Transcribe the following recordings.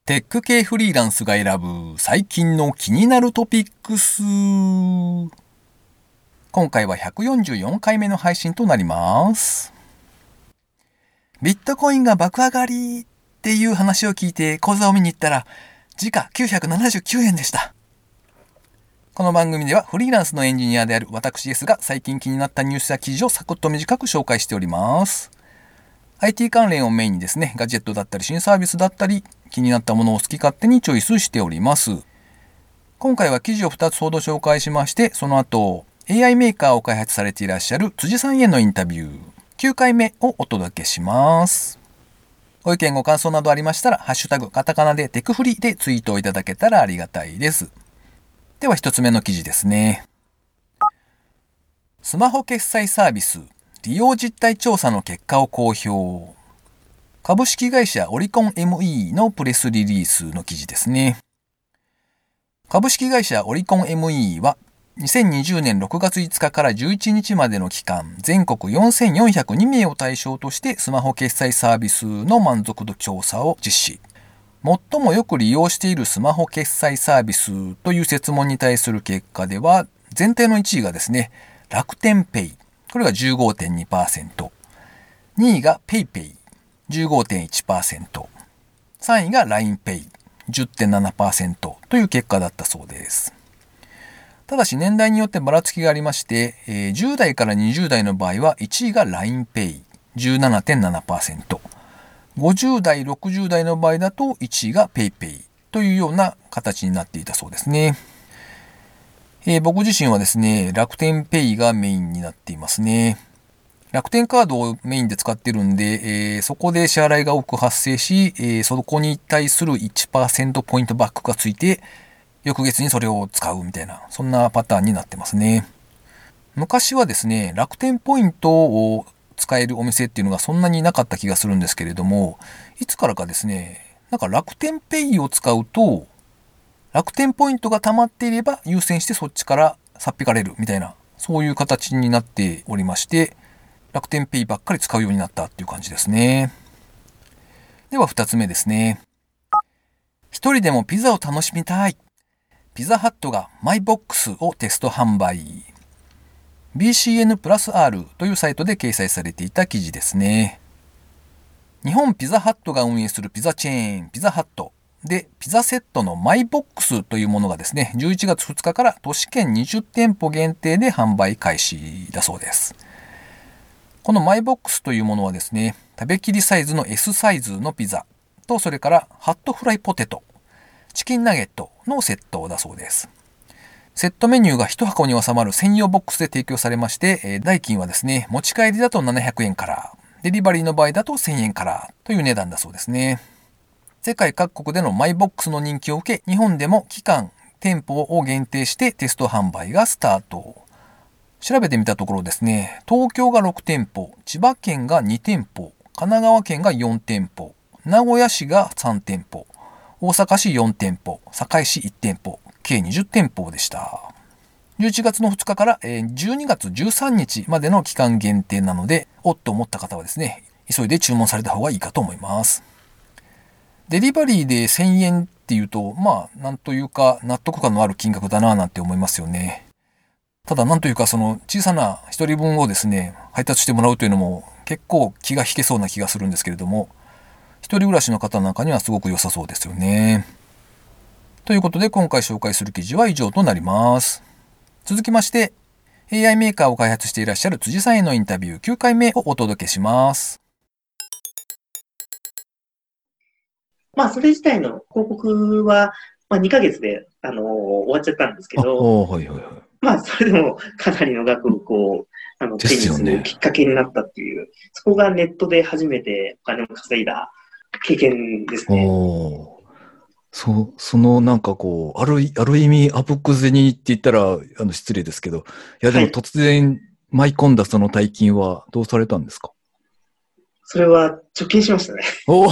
テック系フリーランスが選ぶ最近の気になるトピックス。今回は144回目の配信となります。ビットコインが爆上がりっていう話を聞いて口座を見に行ったら時価979円でした。この番組ではフリーランスのエンジニアである私ですが最近気になったニュースや記事をサクッと短く紹介しております。IT 関連をメインにですね、ガジェットだったり新サービスだったり気になったものを好き勝手にチョイスしております。今回は記事を2つほど紹介しまして、その後 AI メーカーを開発されていらっしゃる辻さんへのインタビュー9回目をお届けします。ご意見ご感想などありましたらハッシュタグカタカナでテクフリでツイートをいただけたらありがたいです。では1つ目の記事ですね。スマホ決済サービス利用実態調査の結果を公表。株式会社オリコン ME のプレスリリースの記事ですね。株式会社オリコン ME は2020年6月5日から11日までの期間、全国4402名を対象としてスマホ決済サービスの満足度調査を実施。最もよく利用しているスマホ決済サービスという設問に対する結果では、全体の1位がですね、楽天ペイ。これが 15.2%。2位がペイペイ。15.1%。3位が LINEPay。10.7% という結果だったそうです。ただし年代によってばらつきがありまして、10代から20代の場合は1位が LINEPay。17.7%。50代、60代の場合だと1位が PayPay というような形になっていたそうですね。僕自身はですね、楽天ペイがメインになっていますね。楽天カードをメインで使ってるんで、そこで支払いが多く発生し、そこに対する 1% ポイントバックがついて、翌月にそれを使うみたいな、そんなパターンになってますね。昔はですね、楽天ポイントを使えるお店っていうのがそんなになかった気がするんですけれども、いつからかですね、なんか楽天ペイを使うと、楽天ポイントが溜まっていれば優先してそっちからさっ引かれるみたいな、そういう形になっておりまして、楽天ペイばっかり使うようになったっていう感じですね。では2つ目ですね。一人でもピザを楽しみたい。ピザハットがマイボックスをテスト販売。BCN プラス R というサイトで掲載されていた記事ですね。日本ピザハットが運営するピザチェーンピザハットでピザセットのマイボックスというものがですね、11月2日から都市圏20店舗限定で販売開始だそうです。このマイボックスというものはですね、食べきりサイズの S サイズのピザと、それからハットフライポテト、チキンナゲットのセットだそうです。セットメニューが1箱に収まる専用ボックスで提供されまして、代金はですね、持ち帰りだと700円から、デリバリーの場合だと1000円からという値段だそうですね。世界各国でのマイボックスの人気を受け、日本でも期間、店舗を限定してテスト販売がスタート。調べてみたところですね、東京が6店舗、千葉県が2店舗、神奈川県が4店舗、名古屋市が3店舗、大阪市4店舗、堺市1店舗、計20店舗でした。11月の2日から12月13日までの期間限定なので、おっと思った方はですね、急いで注文された方がいいかと思います。デリバリーで1000円っていうと、なんというか納得感のある金額だなぁなんて思いますよね。ただなんというかその小さな一人分をですね、配達してもらうというのも結構気が引けそうな気がするんですけれども、一人暮らしの方なんかにはすごく良さそうですよね。ということで今回紹介する記事は以上となります。続きまして、AI メーカーを開発していらっしゃる辻さんへのインタビュー9回目をお届けします。 それ自体の広告は、2ヶ月で、終わっちゃったんですけど、 はいはいはい。 それでもかなりの額を手にするきっかけになったっていう、そこがネットで初めてお金を稼いだ経験ですね。 そのなんかこう、ある意味、あぶく銭って言ったら、失礼ですけど、いやでも突然舞い込んだその大金はどうされたんですか？ それは貯金しましたね。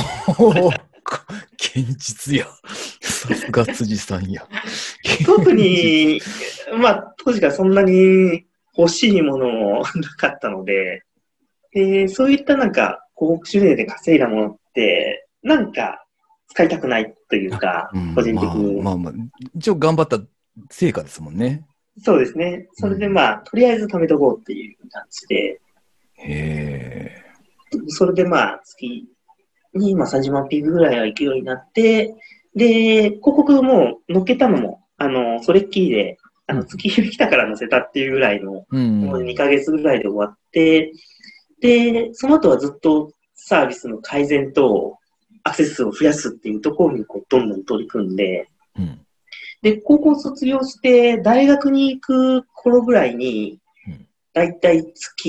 現実や。さすが辻さんや。 特に、当時からそんなに欲しいものもなかったので、そういった広告収入で稼いだものって、 使いたくないというか、個人的に。 まあ、一応頑張った成果ですもんね。 そうですね。それでとりあえず貯めとこうっていう感じで。それで月に30万 PV ぐらいは行くようになって、で、広告も載っけたのも、それっきりで、月日来たから載せたっていうぐらいの、もう2ヶ月ぐらいで終わって、で、その後はずっとサービスの改善とアクセス数を増やすっていうところにどんどん取り組んで、で、高校卒業して大学に行く頃ぐらいに、だいたい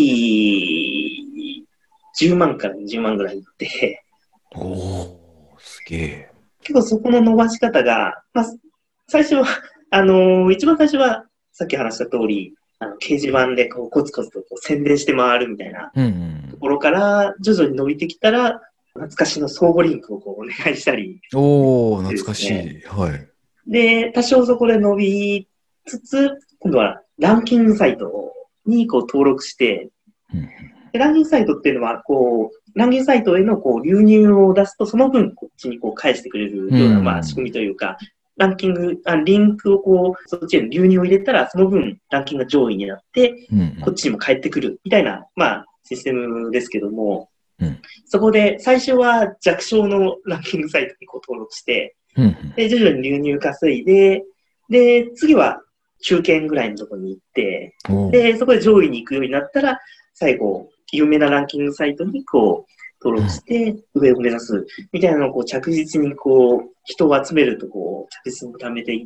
月10万から20万ぐらい行って、 すげえ。 結構そこの伸ばし方が、最初は、一番最初は、さっき話した通り、掲示板でコツコツと宣伝して回るみたいなところから、徐々に伸びてきたら、懐かしの相互リンクをお願いしたり、 懐かしい。はい。 で、多少そこで伸びつつ、今度はランキングサイトに登録して、でランキングサイトっていうのは、ランキングサイトへの流入を出すと、その分こっちに返してくれるような、仕組みというか、ランキング、リンクをそっちへの流入を入れたら、その分ランキングが上位になって、こっちにも返ってくるみたいな、システムですけども、そこで最初は弱小のランキングサイトに登録して、で、徐々に流入稼いで、で、次は中堅ぐらいのところに行って、で、そこで上位に行くようになったら、最後、有名なランキングサイトに登録して、上を目指すみたいなのを着実に人を集めると着実に貯めていって、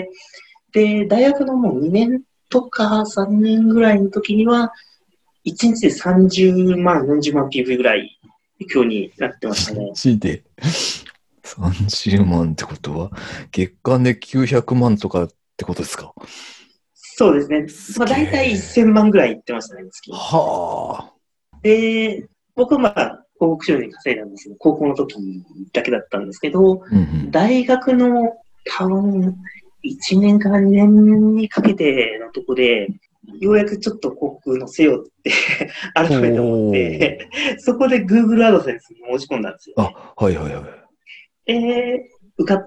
で、大学のもう2年とか3年ぐらいの時には、1日で30万、40万 PV ぐらい行くようになってましたね。 1日で30万ってことは、月間で900万とかってことですか？ そうですね。大体1000万ぐらい行ってましたね、月に。で、僕は広告収入稼いだんですけど、高校の時だけだったんですけど、大学の多分1年から2年にかけてのとこで、ようやくちょっと広告載せようって改めて思って、そこで Google AdSense に申し込んだんですよ、ね。受かって、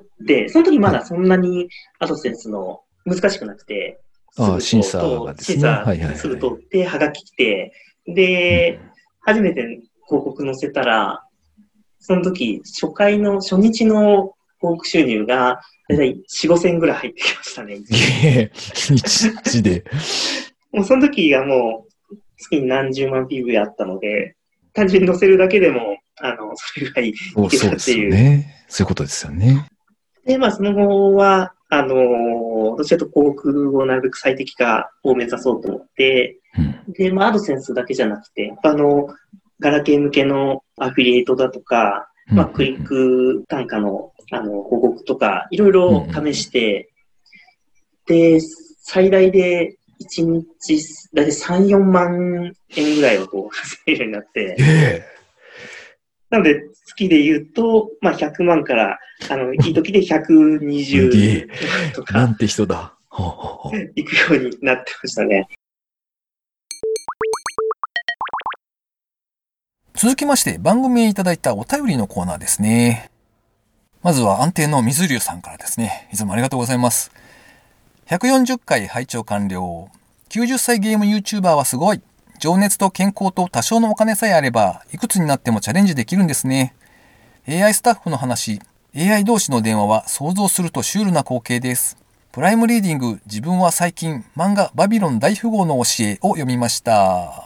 その時まだそんなに AdSense の難しくなくて、 審査がですね。 審査すぐ通って、はがき来て、で、初めて広告載せたら、その時、初日の広告収入が、だいたい4、5千ぐらい入ってきましたね。 1で。 もうその時がもう、月に何十万 PV あったので、単純に載せるだけでも、それぐらいいけたっていう。 そういうことですよね。 で、その後は、どちらと広告をなるべく最適化を目指そうと思って、で、アドセンスだけじゃなくて、ガラケー向けのアフィリエイトだとか、クリック単価の、広告とか、いろいろ試して、で、最大で1日、だいたい3、4万円ぐらいを稼げるようになって、なので、月で言うと、100万から、いい時で120万とか、 なんて人だ。 行くようになってましたね。 続きまして、番組へいただいたお便りのコーナーですね。まずは安定の水流さんからですね。いつもありがとうございます。140回拝聴完了。90歳ゲーム YouTuber はすごい。情熱と健康と多少のお金さえあれば、いくつになってもチャレンジできるんですね。AI スタッフの話、AI 同士の電話は想像するとシュールな光景です。プライムリーディング、自分は最近漫画バビロン大富豪の教えを読みました。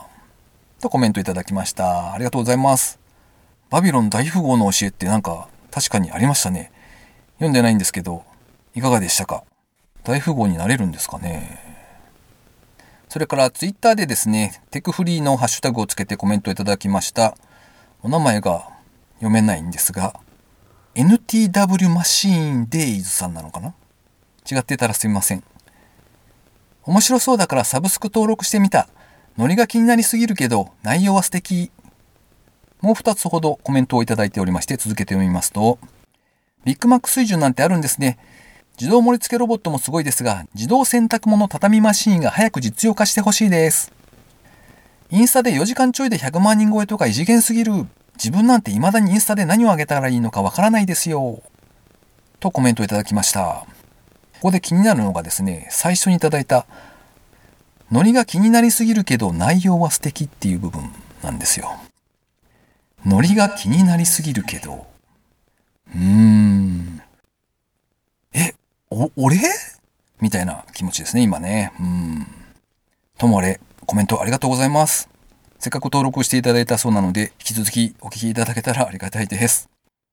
とコメントいただきました。ありがとうございます。バビロン大富豪の教えって確かにありましたね。読んでないんですけど、いかがでしたか？大富豪になれるんですかね。それからツイッターでですね、テクフリーのハッシュタグをつけてコメントいただきました。お名前が読めないんですが、NTW マシーンデイズさんなのかな？違ってたらすみません。面白そうだからサブスク登録してみた。ノリが気になりすぎるけど、内容は素敵。もう2つほどコメントをいただいておりまして、続けて読みますと、ビッグマック水準なんてあるんですね。自動盛り付けロボットもすごいですが、自動洗濯物畳マシーンが早く実用化してほしいです。インスタで4時間ちょいで100万人超えとか異次元すぎる。自分なんて未だにインスタで何をあげたらいいのかわからないですよ。 とコメントいただきました。ここで気になるのがですね、最初にいただいたノリが気になりすぎるけど内容は素敵っていう部分なんですよ。ノリが気になりすぎるけど、俺みたいな気持ちですね、今ね。ともあれ、コメントありがとうございます。せっかく登録していただいたそうなので、引き続きお聞きいただけたらありがたいです。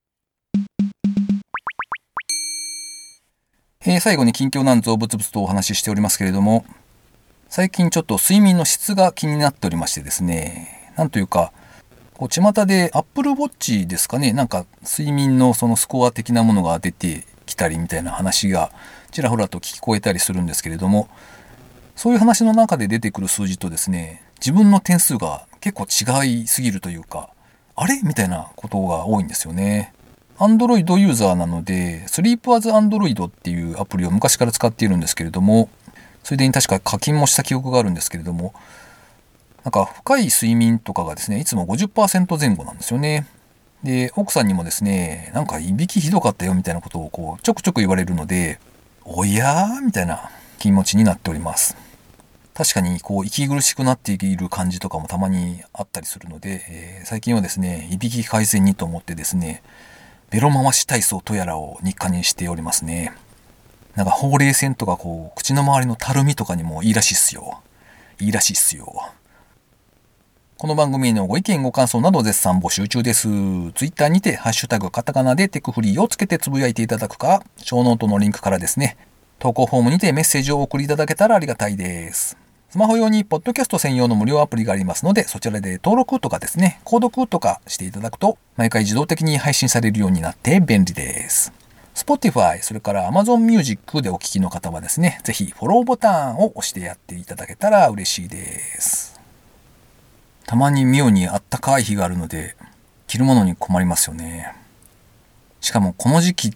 最後に近況なんぞをブツブツとお話ししておりますけれども、最近ちょっと睡眠の質が気になっておりましてですね、なんというか、巷で Apple Watch ですかね、なんか睡眠のそのスコア的なものが出てきたりみたいな話がちらほらと聞こえたりするんですけれども、そういう話の中で出てくる数字とですね、自分の点数が結構違いすぎるというか、あれみたいなことが多いんですよね。Android ユーザーなので、Sleep as Android っていうアプリを昔から使っているんですけれども、それで確か課金もした記憶があるんですけれども、なんか深い睡眠とかがですね、いつも 50% 前後なんですよね。で、奥さんにもですね、なんかいびきひどかったよみたいなことをちょくちょく言われるので、おやーみたいな気持ちになっております。確かに息苦しくなっている感じとかもたまにあったりするので、最近はですね、いびき改善にと思ってですね、ベロ回し体操とやらを日課にしておりますね。なんかほうれい線とか口の周りのたるみとかにもいいらしいっすよ。いいらしいっすよ。この番組へのご意見ご感想など絶賛募集中です。Twitter にてハッシュタグカタカナでテクフリーをつけてつぶやいていただくか、ショーノートのリンクからですね、投稿フォームにてメッセージをお送りいただけたらありがたいです。スマホ用にポッドキャスト専用の無料アプリがありますので、そちらで登録とかですね、購読とかしていただくと、毎回自動的に配信されるようになって便利です。Spotify、それから Amazon Music でお聞きの方はですね、ぜひフォローボタンを押してやっていただけたら嬉しいです。たまに妙にあったかい日があるので、着るものに困りますよね。しかもこの時期って、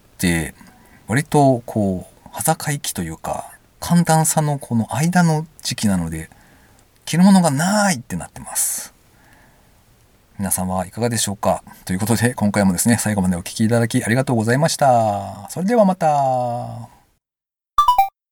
割と端境期というか、寒暖差のこの間の時期なので、着るものがないってなってます。皆さんはいかがでしょうか。ということで、今回もですね、最後までお聞きいただきありがとうございました。それではまた。